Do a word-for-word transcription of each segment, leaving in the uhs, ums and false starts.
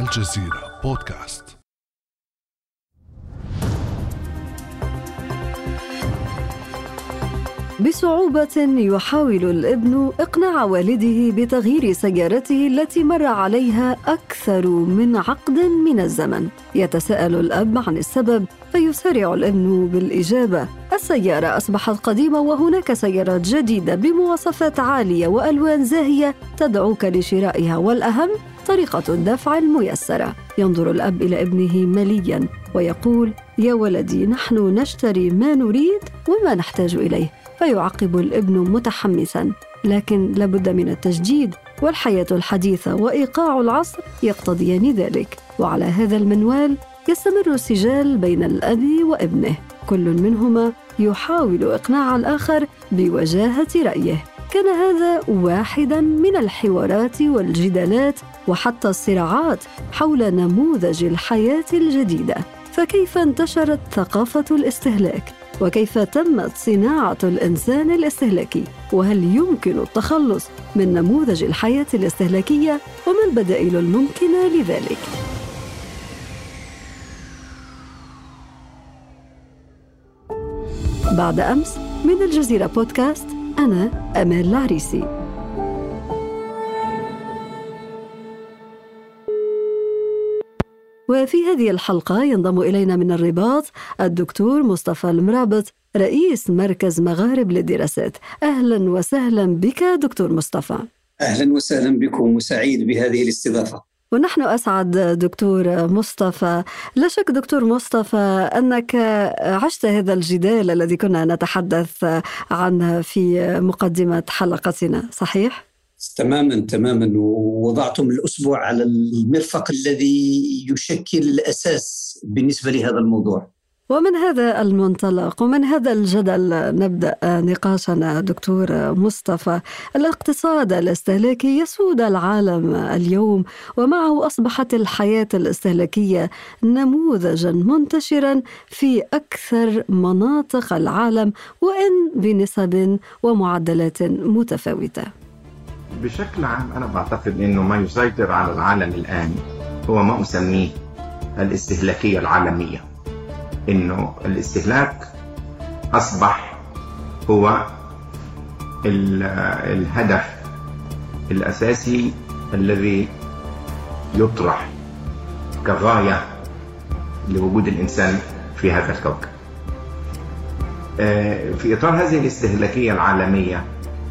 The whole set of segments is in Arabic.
الجزيرة بودكاست. بصعوبة يحاول الابن إقناع والده بتغيير سيارته التي مر عليها أكثر من عقد من الزمن. يتساءل الأب عن السبب فيسارع الابن بالإجابة: السيارة أصبحت قديمة وهناك سيارات جديدة بمواصفات عالية وألوان زاهية تدعوك لشرائها، والأهم طريقة الدفع الميسرة. ينظر الأب إلى ابنه ملياً ويقول: يا ولدي، نحن نشتري ما نريد وما نحتاج إليه. فيعقب الابن متحمساً: لكن لابد من التجديد، والحياة الحديثة وإيقاع العصر يقتضيان ذلك. وعلى هذا المنوال يستمر السجال بين الأب وابنه، كل منهما يحاول إقناع الآخر بوجاهة رأيه. كان هذا واحداً من الحوارات والجدالات وحتى الصراعات حول نموذج الحياة الجديدة. فكيف انتشرت ثقافة الاستهلاك؟ وكيف تمت صناعة الإنسان الاستهلاكي؟ وهل يمكن التخلص من نموذج الحياة الاستهلاكية؟ وما البدائل الممكنة لذلك؟ بعد أمس من الجزيرة بودكاست، أنا أمال العريسي. وفي هذه الحلقة ينضم إلينا من الرباط الدكتور مصطفى المرابط، رئيس مركز مغارب للدراسات. أهلا وسهلا بك دكتور مصطفى. أهلا وسهلا بكم وسعيد بهذه الاستضافة. ونحن أسعد دكتور مصطفى. لا شك دكتور مصطفى أنك عشت هذا الجدال الذي كنا نتحدث عنه في مقدمة حلقتنا، صحيح؟ تماما تماما، ووضعتم الأسبوع على المرفق الذي يشكل الأساس بالنسبة لهذا الموضوع. ومن هذا المنطلق ومن هذا الجدل نبدأ نقاشنا دكتور مصطفى. الاقتصاد الاستهلاكي يسود العالم اليوم، ومعه أصبحت الحياة الاستهلاكية نموذجا منتشرا في أكثر مناطق العالم، وإن بنسب ومعدلات متفاوتة. بشكل عام أنا بعتقد أنه ما يسيطر على العالم الآن هو ما أسميه الاستهلاكية العالمية. إنه الاستهلاك أصبح هو الهدف الأساسي الذي يطرح كغاية لوجود الإنسان في هذا الكوكب. في إطار هذه الاستهلاكية العالمية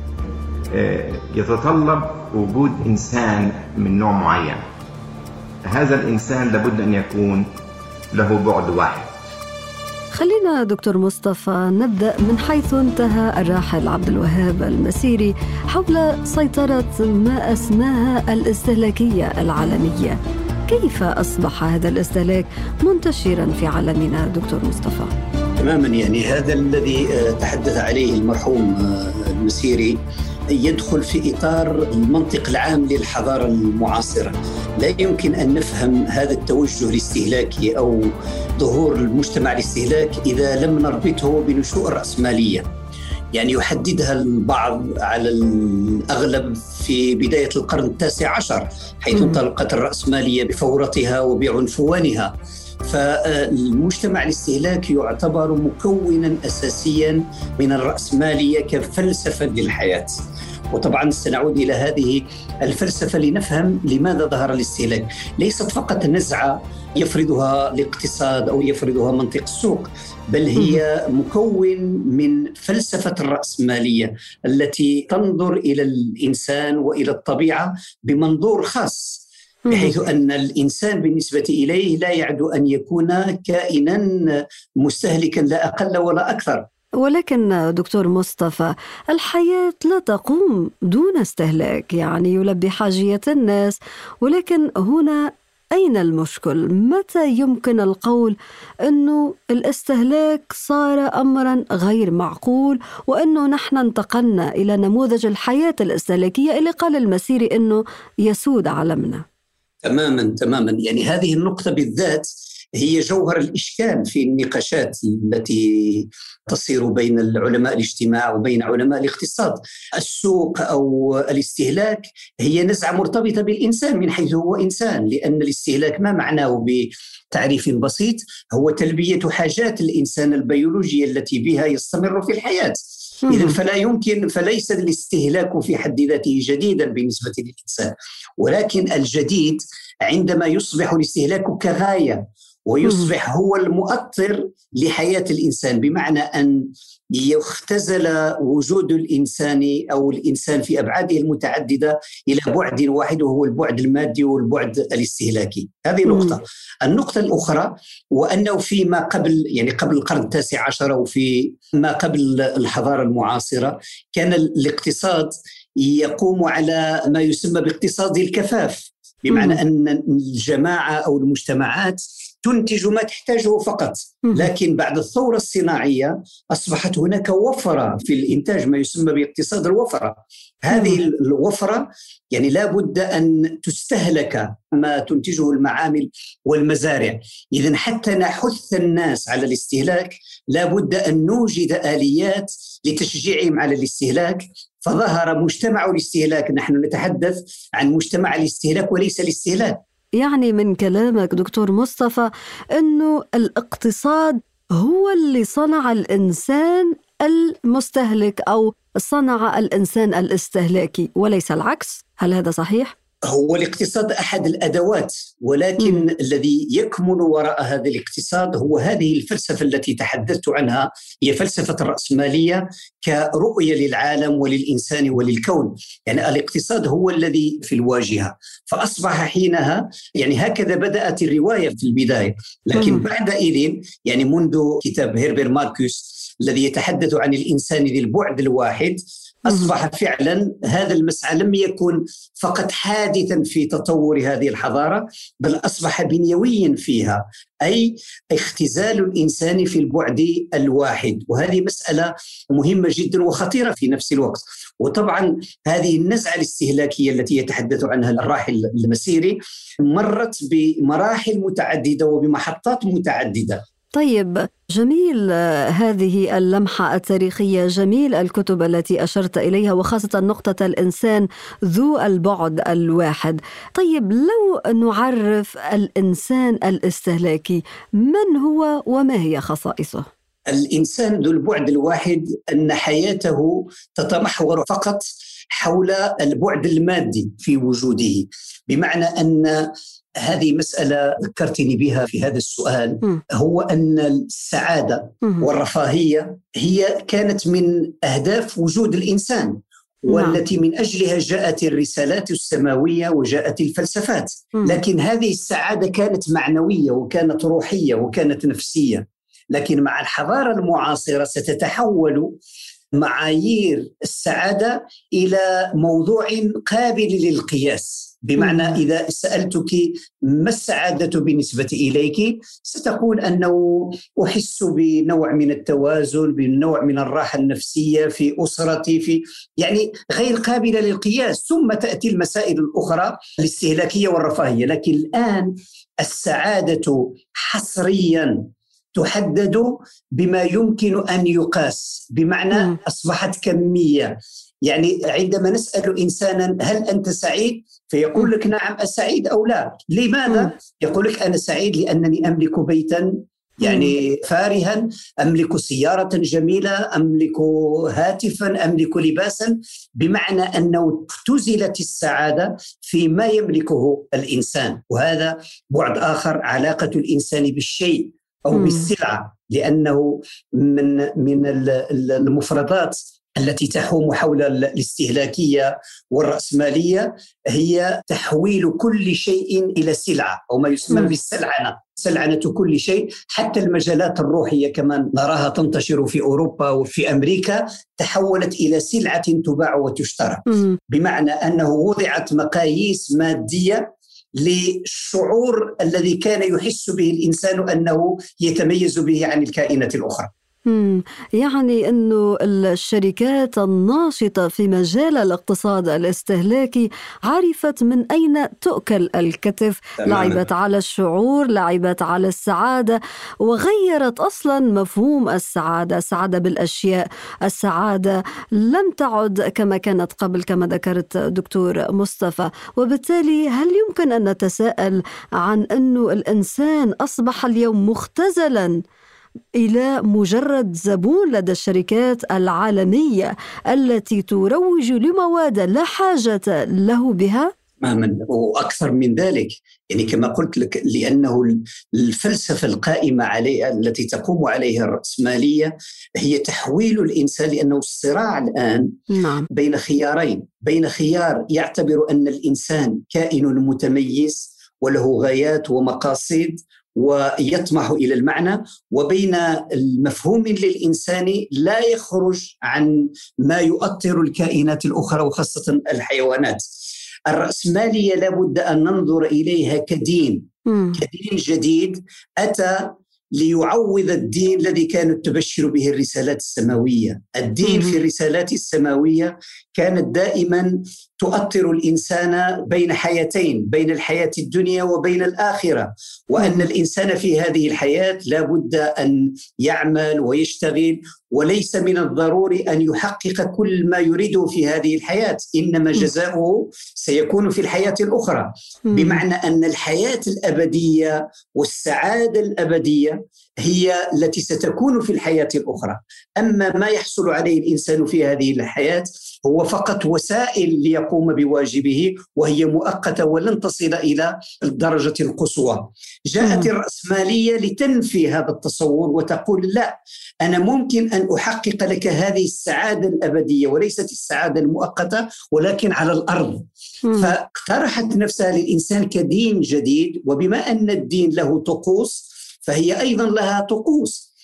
يتطلب وجود إنسان من نوع معين. هذا الإنسان لابد أن يكون له بعد واحد. خلينا دكتور مصطفى نبدأ من حيث انتهى الراحل عبد الوهاب المسيري حول سيطرة ما أسماها الاستهلاكية العالمية. كيف أصبح هذا الاستهلاك منتشرا في عالمنا دكتور مصطفى؟ تماما، يعني هذا الذي تحدث عليه المرحوم المسيري يدخل في إطار المنطق العام للحضارة المعاصرة. لا يمكن أن نفهم هذا التوجه الاستهلاكي أو ظهور المجتمع الاستهلاك إذا لم نربطه بنشوء الرأسمالية. يعني يحددها البعض على الأغلب في بداية القرن التاسع عشر، حيث انطلقت الرأسمالية بفورتها وبعنفوانها. فالمجتمع الاستهلاكي يعتبر مكونا أساسيا من الرأسمالية كفلسفة للحياة. وطبعا سنعود إلى هذه الفلسفة لنفهم لماذا ظهر الاستهلاك. ليست فقط نزعة يفرضها الاقتصاد أو يفرضها منطق السوق، بل هي مكون من فلسفة الرأسمالية التي تنظر إلى الإنسان وإلى الطبيعة بمنظور خاص، بحيث أن الإنسان بالنسبة إليه لا يعد أن يكون كائنا مستهلكا لا أقل ولا أكثر. ولكن دكتور مصطفى، الحياة لا تقوم دون استهلاك، يعني يلبي حاجية الناس. ولكن هنا أين المشكل؟ متى يمكن القول أنه الاستهلاك صار أمرا غير معقول، وأنه نحن انتقلنا إلى نموذج الحياة الاستهلاكية اللي قال المسيري أنه يسود عالمنا؟ تماما تماما، يعني هذه النقطة بالذات هي جوهر الإشكال في النقاشات التي تصير بين العلماء الاجتماع وبين علماء الاقتصاد. السوق أو الاستهلاك هي نزعة مرتبطة بالإنسان من حيث هو إنسان، لأن الاستهلاك ما معناه بتعريف بسيط هو تلبية حاجات الإنسان البيولوجية التي بها يستمر في الحياة. إذن فلا يمكن فليس الاستهلاك في حد ذاته جديدا بالنسبة للإنسان، ولكن الجديد عندما يصبح الاستهلاك كغاية ويصبح هو المؤطر لحياة الإنسان، بمعنى أن يختزل وجود الإنسان أو الإنسان في أبعاده المتعددة إلى بعد واحد وهو البعد المادي والبعد الاستهلاكي. هذه نقطة. النقطة الأخرى وأنه فيما قبل يعني قبل القرن التاسع عشر وفي ما قبل الحضارة المعاصرة كان الاقتصاد يقوم على ما يسمى باقتصاد الكفاف، بمعنى أن الجماعة أو المجتمعات تنتج ما تحتاجه فقط. لكن بعد الثورة الصناعية أصبحت هناك وفرة في الإنتاج، ما يسمى باقتصاد الوفرة. هذه الوفرة يعني لا بد أن تستهلك ما تنتجه المعامل والمزارع. إذن حتى نحث الناس على الاستهلاك لا بد أن نوجد آليات لتشجيعهم على الاستهلاك، فظهر مجتمع الاستهلاك. نحن نتحدث عن مجتمع الاستهلاك وليس الاستهلاك. يعني من كلامك دكتور مصطفى أنه الاقتصاد هو اللي صنع الإنسان المستهلك أو صنع الإنسان الاستهلاكي وليس العكس، هل هذا صحيح؟ هو الاقتصاد أحد الأدوات، ولكن م. الذي يكمن وراء هذا الاقتصاد هو هذه الفلسفة التي تحدثت عنها، هي فلسفة الرأسمالية كرؤية للعالم وللإنسان وللكون. يعني الاقتصاد هو الذي في الواجهة، فأصبح حينها يعني هكذا بدأت الرواية في البداية. لكن م. بعدئذ يعني منذ كتاب هيربر ماركوس الذي يتحدث عن الإنسان ذي البعد الواحد، أصبح فعلا هذا المسعى لم يكن فقط حادثا في تطور هذه الحضارة، بل أصبح بنيويا فيها، أي اختزال الإنسان في البعد الواحد. وهذه مسألة مهمة جدا وخطيرة في نفس الوقت. وطبعا هذه النزعة الاستهلاكية التي يتحدث عنها الراحل المسيري مرت بمراحل متعددة وبمحطات متعددة. طيب، جميل هذه اللمحة التاريخية، جميل الكتب التي أشرت إليها، وخاصة نقطة الإنسان ذو البعد الواحد. طيب، لو نعرف الإنسان الاستهلاكي، من هو وما هي خصائصه؟ الإنسان ذو البعد الواحد أن حياته تتمحور فقط حول البعد المادي في وجوده، بمعنى أن هذه مسألة ذكرتني بها في هذا السؤال، م. هو أن السعادة م. والرفاهية هي كانت من أهداف وجود الإنسان، والتي من أجلها جاءت الرسالات السماوية وجاءت الفلسفات. م. لكن هذه السعادة كانت معنوية وكانت روحية وكانت نفسية. لكن مع الحضارة المعاصرة ستتحول معايير السعادة إلى موضوع قابل للقياس، بمعنى إذا سألتك ما السعادة بالنسبة إليك ستقول أنه أحس بنوع من التوازن، بنوع من الراحة النفسية في أسرتي، في يعني غير قابلة للقياس. ثم تأتي المسائل الأخرى الاستهلاكية والرفاهية. لكن الآن السعادة حصرياً تحدد بما يمكن أن يقاس، بمعنى م. أصبحت كمية. يعني عندما نسأل إنسانا هل أنت سعيد؟ فيقول لك نعم أسعيد أو لا. لماذا؟ م. يقول لك أنا سعيد لأنني أملك بيتا يعني فارها، أملك سيارة جميلة، أملك هاتفا، أملك لباسا، بمعنى أنه اختزلت السعادة فيما يملكه الإنسان. وهذا بعد آخر، علاقة الإنسان بالشيء أو بالسلعة، لأنه من من المفردات التي تحوم حول الاستهلاكية والرأسمالية هي تحويل كل شيء إلى سلعة، أو ما يسمى بالسلعنة، سلعنة كل شيء. حتى المجالات الروحية كما نراها تنتشر في أوروبا وفي أمريكا تحولت إلى سلعة تباع وتشترى، بمعنى أنه وضعت مقاييس مادية للشعور الذي كان يحس به الإنسان أنه يتميز به عن الكائنات الأخرى. مم. يعني أنه الشركات الناشطة في مجال الاقتصاد الاستهلاكي عرفت من أين تؤكل الكتف، تماما. لعبت على الشعور، لعبت على السعادة، وغيرت أصلا مفهوم السعادة. السعادة بالأشياء، السعادة لم تعد كما كانت قبل كما ذكرت دكتور مصطفى. وبالتالي هل يمكن أن نتساءل عن أنه الإنسان أصبح اليوم مختزلا إلى مجرد زبون لدى الشركات العالمية التي تروج لمواد لا حاجة له بها؟ تماما، وأكثر من ذلك. يعني كما قلت لك، لأنه الفلسفة القائمة عليها التي تقوم عليها الرأسمالية هي تحويل الإنسان، لأنه الصراع الآن نعم. بين خيارين، بين خيار يعتبر أن الإنسان كائن متميز وله غايات ومقاصد ويطمح إلى المعنى، وبين المفهوم للإنسان لا يخرج عن ما يؤطر الكائنات الأخرى وخاصة الحيوانات. الرأسمالية لابد أن ننظر إليها كدين م. كدين جديد أتى ليعوض الدين الذي كانت تبشر به الرسالات السماوية. الدين م. في الرسالات السماوية كانت دائما تؤطر الإنسان بين حياتين، بين الحياة الدنيا وبين الآخرة، وأن الإنسان في هذه الحياة لابد أن يعمل ويشتغل، وليس من الضروري أن يحقق كل ما يريده في هذه الحياة، إنما جزاؤه سيكون في الحياة الأخرى. بمعنى أن الحياة الأبدية والسعادة الأبدية هي التي ستكون في الحياة الأخرى. أما ما يحصل عليه الإنسان في هذه الحياة هو فقط وسائل ليقوم بواجبه، وهي مؤقتة ولن تصل إلى الدرجة القصوى. جاءت الرأسمالية لتنفي هذا التصور وتقول لا، أنا ممكن أن أحقق لك هذه السعادة الأبدية وليست السعادة المؤقتة ولكن على الأرض. فاقترحت نفسها للإنسان كدين جديد، وبما أن الدين له طقوس فهي أيضا لها طقوس،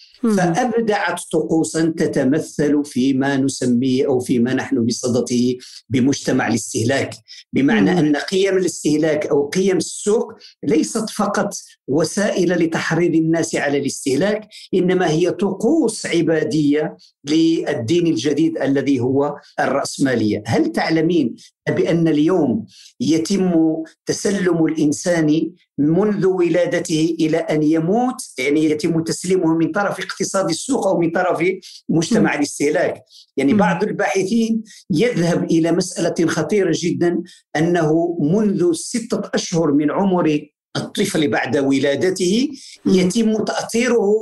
فأبدعت طقوسا تتمثل فيما نسميه أو فيما نحن بصدده بمجتمع الاستهلاك. بمعنى أن قيم الاستهلاك أو قيم السوق ليست فقط وسائل لتحريض الناس على الاستهلاك، إنما هي طقوس عبادية للدين الجديد الذي هو الرأسمالية. هل تعلمين بأن اليوم يتم تسلم الإنسان منذ ولادته إلى أن يموت، يعني يتم تسليمه من طرف اقتصاد السوق أو من طرف مجتمع الاستهلاك؟ يعني بعض الباحثين يذهب إلى مسألة خطيرة جدا، أنه منذ ستة أشهر من عمر الطفل بعد ولادته يتم تأثيره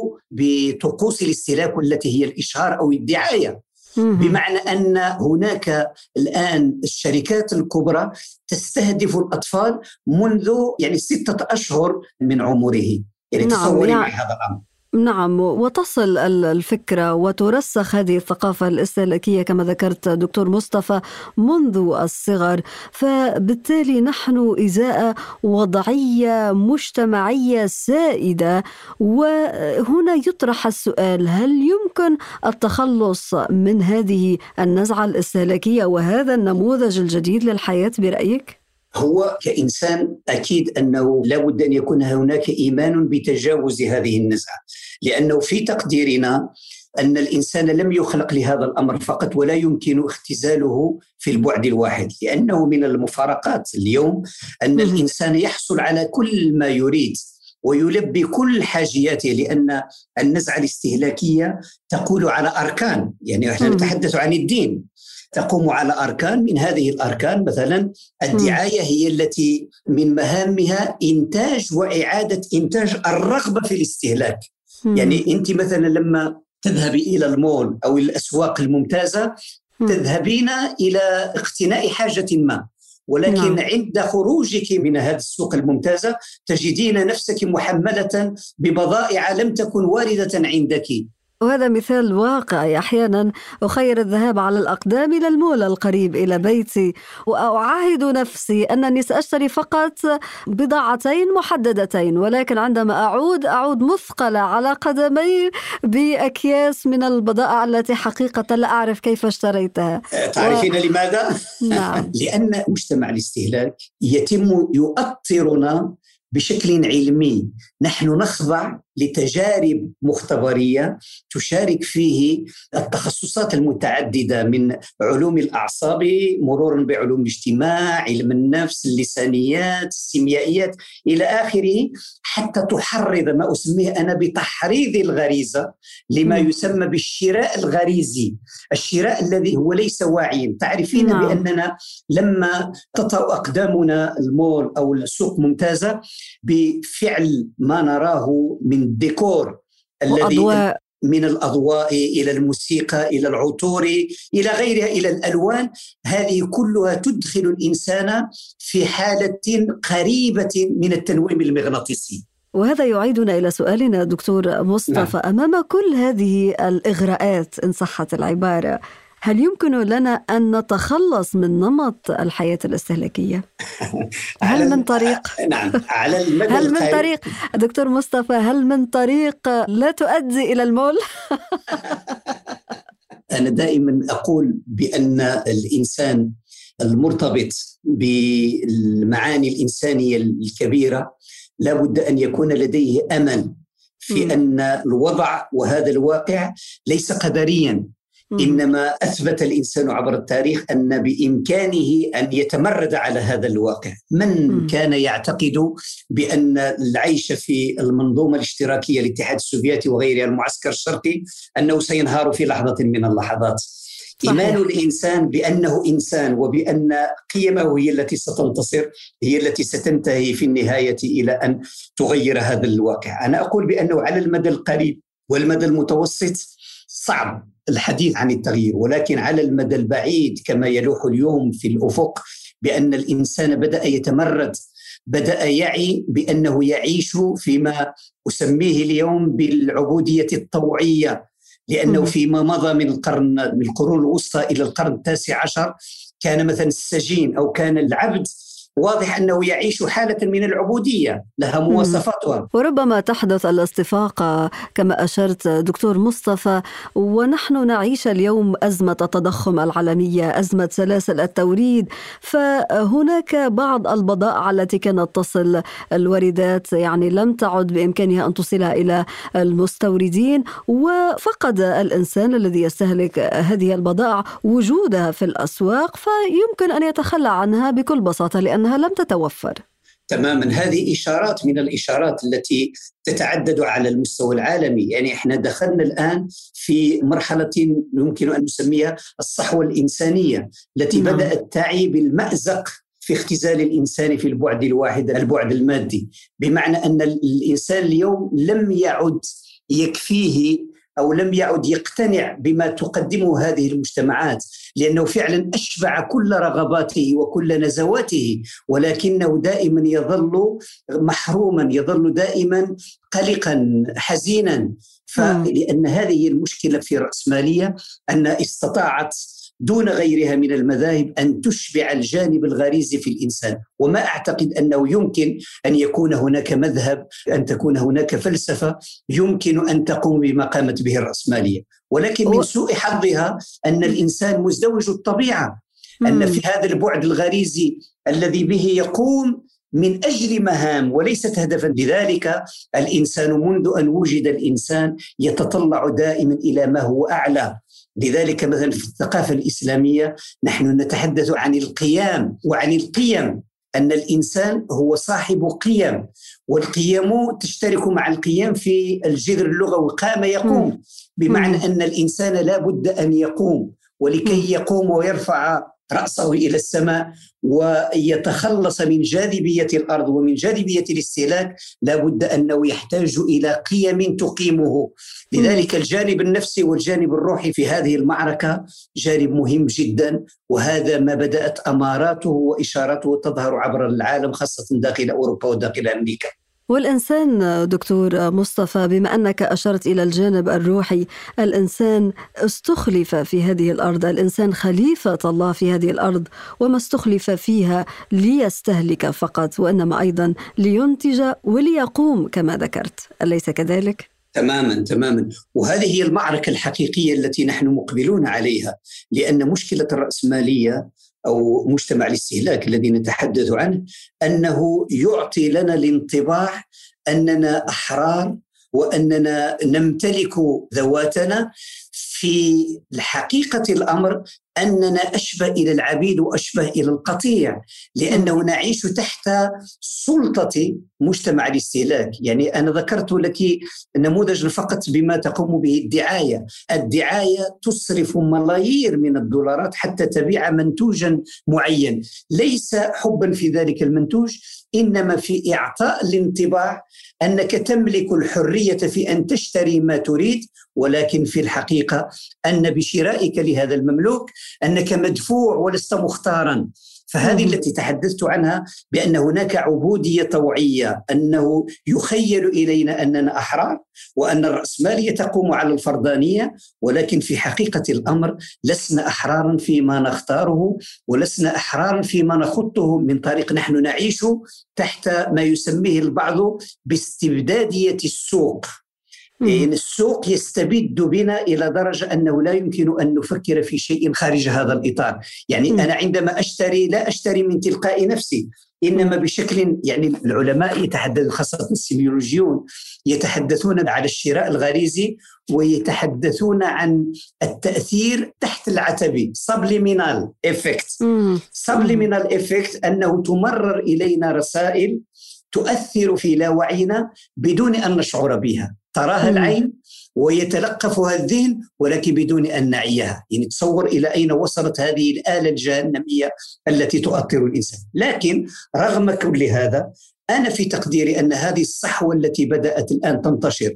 بطقوس الاستهلاك التي هي الإشهار أو الدعاية. بمعنى أن هناك الآن الشركات الكبرى تستهدف الأطفال منذ يعني ستة أشهر من عمره. يعني نعم، تصوري يعني هذا الأمر. نعم، وتصل الفكرة وترسخ هذه الثقافة الاستهلاكية كما ذكرت دكتور مصطفى منذ الصغر. فبالتالي نحن إزاء وضعية مجتمعية سائدة، وهنا يطرح السؤال: هل يمكن التخلص من هذه النزعة الاستهلاكية وهذا النموذج الجديد للحياة برأيك؟ هو كإنسان أكيد أنه لا بد أن يكون هناك إيمان بتجاوز هذه النزعة، لأنه في تقديرنا أن الإنسان لم يخلق لهذا الأمر فقط، ولا يمكن اختزاله في البعد الواحد، لأنه من المفارقات اليوم أن الإنسان يحصل على كل ما يريد ويلبي كل حاجياته، لأن النزعة الاستهلاكية تقول على أركان. يعني احنا نتحدث عن الدين، تقوم على أركان. من هذه الأركان مثلا الدعاية هي التي من مهامها إنتاج وإعادة إنتاج الرغبة في الاستهلاك. يعني أنت مثلا لما تذهبي إلى المول أو الأسواق الممتازة تذهبين إلى اقتناء حاجة ما، ولكن نعم. عند خروجك من هذه السوق الممتازة تجدين نفسك محملة ببضائع لم تكن واردة عندك. وهذا مثال واقعي. أحيانا أخير الذهاب على الأقدام إلى المول القريب إلى بيتي، وأعاهد نفسي أنني سأشتري فقط بضاعتين محددتين، ولكن عندما أعود أعود مثقلة على قدمي بأكياس من البضائع التي حقيقة لا أعرف كيف اشتريتها. تعرفين و... لماذا؟ نعم. لأن مجتمع الاستهلاك يتم يؤطرنا بشكل علمي. نحن نخضع لتجارب مختبرية تشارك فيه التخصصات المتعددة من علوم الأعصاب مرورا بعلوم الاجتماع، علم النفس، اللسانيات، السيميائيات إلى آخره، حتى تحرض ما أسميه أنا بتحريض الغريزة لما يسمى بالشراء الغريزي، الشراء الذي هو ليس واعي. تعرفين نعم. بأننا لما تطأ أقدامنا المول أو السوق ممتازة بفعل ما نراه من الديكور الذي من الأضواء إلى الموسيقى إلى العطور إلى غيرها إلى الألوان، هذه كلها تدخل الإنسان في حالة قريبة من التنويم المغناطيسي. وهذا يعيدنا إلى سؤالنا دكتور مصطفى. نعم. أمام كل هذه الإغراءات إن صحت العبارة، هل يمكن لنا أن نتخلص من نمط الحياة الاستهلاكية؟ هل من طريق؟ نعم، على المدى هل من طريق دكتور مصطفى هل من طريق لا تؤدي إلى المول؟ أنا دائما أقول بأن الإنسان المرتبط بالمعاني الإنسانية الكبيرة لا بد أن يكون لديه أمل في م. أن الوضع وهذا الواقع ليس قدريا، إنما أثبت الإنسان عبر التاريخ أن بإمكانه أن يتمرد على هذا الواقع. من كان يعتقد بأن العيش في المنظومة الاشتراكية الاتحاد السوفيتي وغيرها المعسكر الشرقي أنه سينهار في لحظة من اللحظات. صحيح. إيمان الإنسان بأنه إنسان وبأن قيمه هي التي ستنتصر، هي التي ستنتهي في النهاية إلى أن تغير هذا الواقع. أنا أقول بأنه على المدى القريب والمدى المتوسط صعب الحديث عن التغيير، ولكن على المدى البعيد كما يلوح اليوم في الأفق بأن الإنسان بدأ يتمرد، بدأ يعي بأنه يعيش فيما أسميه اليوم بالعبودية الطوعية، لأنه فيما مضى من القرن من القرون الوسطى إلى القرن التاسع عشر كان مثلا السجين أو كان العبد واضح أنه يعيش حالة من العبودية لها مواصفاتها. وربما تحدث الاستفاقة كما أشرت دكتور مصطفى، ونحن نعيش اليوم أزمة التضخم العالمية، أزمة سلاسل التوريد، فهناك بعض البضائع التي كانت تصل الواردات يعني لم تعد بإمكانها أن تصلها إلى المستوردين، وفقد الإنسان الذي يستهلك هذه البضائع وجودها في الأسواق، فيمكن أن يتخلى عنها بكل بساطة لأن لم تتوفر. تماما، هذه إشارات من الإشارات التي تتعدد على المستوى العالمي. يعني إحنا دخلنا الآن في مرحلة يمكن أن نسميها الصحوة الإنسانية التي نعم. بدأت تعي بالمأزق في اختزال الإنسان في البعد الواحد، البعد المادي، بمعنى أن الإنسان اليوم لم يعد يكفيه أو لم يعد يقتنع بما تقدمه هذه المجتمعات، لأنه فعلا أشبع كل رغباته وكل نزواته، ولكنه دائما يظل محروما، يظل دائما قلقا حزينا. فلأن هذه المشكلة في الرأسمالية أن استطاعت دون غيرها من المذاهب أن تشبع الجانب الغريزي في الإنسان، وما أعتقد أنه يمكن أن يكون هناك مذهب، أن تكون هناك فلسفة يمكن أن تقوم بما قامت به الرأسمالية. ولكن من سوء حظها أن الإنسان مزدوج الطبيعة، أن في هذا البعد الغريزي الذي به يقوم من أجل مهام وليست هدفا. لذلك الإنسان منذ أن وجد الإنسان يتطلع دائما إلى ما هو أعلى. لذلك مثلا في الثقافة الإسلامية نحن نتحدث عن القيام وعن القيم، أن الإنسان هو صاحب قيم، والقيم تشترك مع القيم في الجذر اللغوي قام يقوم، بمعنى أن الإنسان لا بد أن يقوم، ولكي يقوم ويرفع رأسه إلى السماء ويتخلص من جاذبية الأرض ومن جاذبية الاستهلاك لا بد أنه يحتاج إلى قيم تقيمه. لذلك الجانب النفسي والجانب الروحي في هذه المعركة جانب مهم جدا، وهذا ما بدأت أماراته وإشاراته تظهر عبر العالم خاصة داخل أوروبا وداخل أمريكا. والإنسان دكتور مصطفى، بما أنك أشرت إلى الجانب الروحي، الإنسان استخلف في هذه الأرض، الإنسان خليفة الله في هذه الأرض، وما استخلف فيها ليستهلك فقط، وإنما أيضا لينتج وليقوم كما ذكرت، أليس كذلك؟ تماما تماما، وهذه هي المعركة الحقيقية التي نحن مقبلون عليها، لأن مشكلة الرأسمالية أو مجتمع الاستهلاك الذي نتحدث عنه أنه يعطي لنا الانطباع أننا أحرار وأننا نمتلك ذواتنا. في الحقيقة الأمر أننا أشبه إلى العبيد وأشبه إلى القطيع، لأنه نعيش تحت سلطة مجتمع الاستهلاك. يعني أنا ذكرت لك نموذج فقط بما تقوم به الدعاية. الدعاية تصرف ملايير من الدولارات حتى تبيع منتوجا معين، ليس حبا في ذلك المنتوج، إنما في إعطاء الانطباع أنك تملك الحرية في أن تشتري ما تريد، ولكن في الحقيقة أن بشرائك لهذا المملوك أنك مدفوع ولست مختارا. فهذه التي تحدثت عنها، بأن هناك عبودية طوعية، أنه يخيل إلينا أننا أحرار وأن الرأسمالية تقوم على الفردانية، ولكن في حقيقة الأمر لسنا أحرارا فيما نختاره، ولسنا أحرارا فيما نخطه من طريق. نحن نعيش تحت ما يسميه البعض باستبدادية السوق. إن السوق يستبد بنا إلى درجة أنه لا يمكن أن نفكر في شيء خارج هذا الإطار. يعني أنا عندما أشتري لا أشتري من تلقاء نفسي، إنما بشكل، يعني العلماء يتحدثون، خاصة السيميولوجيون يتحدثون على الشراء الغريزي، ويتحدثون عن التأثير تحت العتبة subliminal effect. subliminal effect أنه تمرر إلينا رسائل تؤثر في لاوعينا بدون أن نشعر بها، تراها العين ويتلقفها الذهن ولكن بدون أن نعيها. يعني تصور إلى أين وصلت هذه الآلة الجهنمية التي تؤثر الإنسان. لكن رغم كل هذا، أنا في تقديري أن هذه الصحوة التي بدأت الآن تنتشر،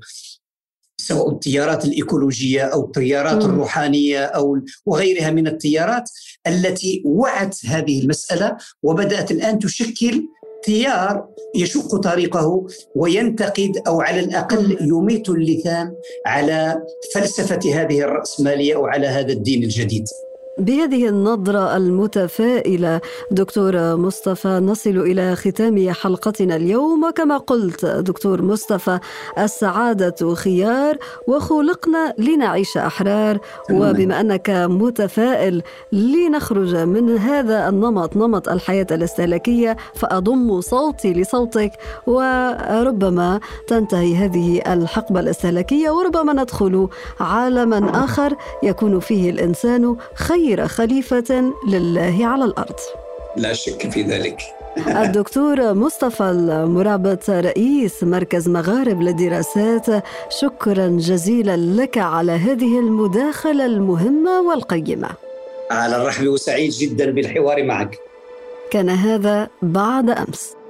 سواء التيارات الإيكولوجية أو التيارات الروحانية أو وغيرها من التيارات التي وعت هذه المسألة وبدأت الآن تشكل تيار يشق طريقه وينتقد أو على الأقل يميت اللثام على فلسفة هذه الرأسمالية أو على هذا الدين الجديد. بهذه النظرة المتفائلة دكتور مصطفى نصل إلى ختام حلقتنا اليوم. وكما قلت دكتور مصطفى، السعادة خيار وخلقنا لنعيش أحرار، وبما أنك متفائل لنخرج من هذا النمط، نمط الحياة الاستهلاكية، فأضم صوتي لصوتك، وربما تنتهي هذه الحقبة الاستهلاكية وربما ندخل عالما آخر يكون فيه الإنسان خير خير خليفة لله على الأرض. لا شك في ذلك. الدكتور مصطفى المرابط، رئيس مركز مغارب للدراسات، شكرا جزيلا لك على هذه المداخلة المهمة والقيمة. على الرحب، وسعيد جدا بالحوار معك. كان هذا بعد أمس.